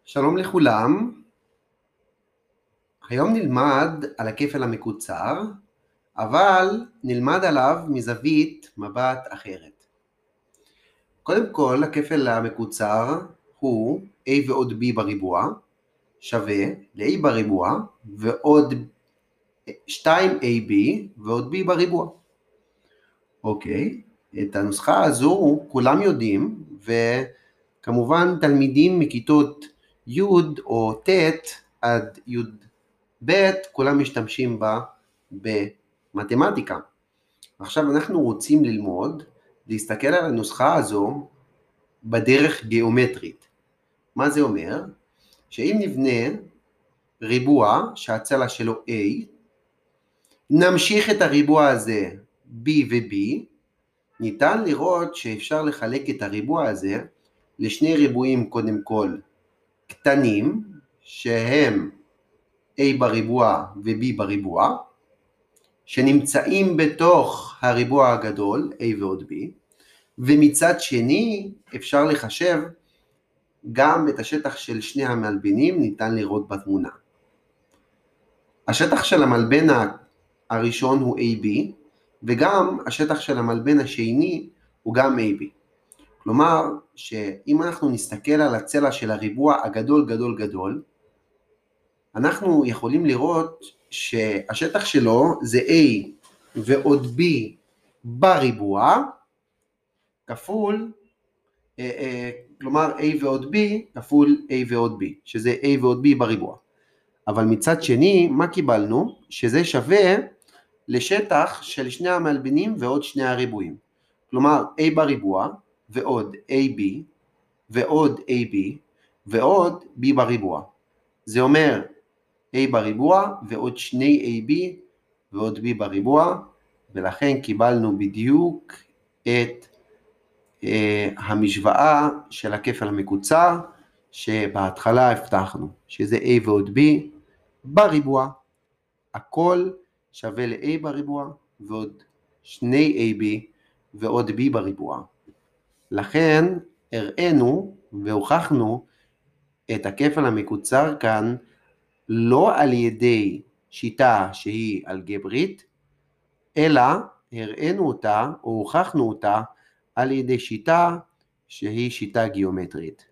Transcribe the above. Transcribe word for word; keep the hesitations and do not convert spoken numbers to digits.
שלום לכולם, היום נלמד על הכפל המקוצר, אבל נלמד עליו מזווית מבט אחרת. קודם כל, הכפל המקוצר הוא a ועוד b בריבוע שווה ל-a בריבוע ועוד שתיים איי בי ועוד b בריבוע. אוקיי, את הנוסחה הזו כולם יודעים, וכמובן תלמידים מכיתות י' או ט' עד י"ב כולם משתמשים בה במתמטיקה. עכשיו אנחנו רוצים ללמוד להסתכל על הנוסחה הזו בדרך גיאומטרית. מה זה אומר? שאם נבנה ריבוע שהצלע שלו A, נמשיך את הריבוע הזה B ו-B, ניתן לראות שאפשר לחלק את הריבוע הזה לשני ריבועים קודם כל קטנים, שהם A בריבוע ו-B בריבוע, שנמצאים בתוך הריבוע הגדול A ועוד B, ומצד שני אפשר לחשב גם את השטח של שני המלבנים, ניתן לראות בתמונה. השטח של המלבן הראשון הוא איי בי, וגם השטח של המלבן השני הוא גם איי בי. כלומר, שאם אנחנו נסתכל על הצלע של הריבוע הגדול גדול גדול, אנחנו יכולים לראות שהשטח שלו זה A ועוד B בריבוע, כפול, כלומר A ועוד B כפול A ועוד B, שזה A ועוד B בריבוע. אבל מצד שני, מה קיבלנו? שזה שווה לשטח של שני המלבנים ועוד שני הריבועים. כלומר, A בריבוע ועוד איי בי ועוד איי בי ועוד B בריבוע. זה אומר A בריבוע ועוד שני איי בי ועוד B בריבוע, ולכן קיבלנו בדיוק את אה, המשוואה של הכפל המקוצר שבהתחלה הבטחנו, שזה A ועוד B בריבוע. הכל שווה ל-A בריבוע ועוד שני איי בי ועוד B בריבוע. לכן הראינו והוכחנו את הכפל המקוצר כאן לא על ידי שיטה שהיא אלגברית, אלא הראינו אותה או הוכחנו אותה על ידי שיטה שהיא שיטה גיאומטרית.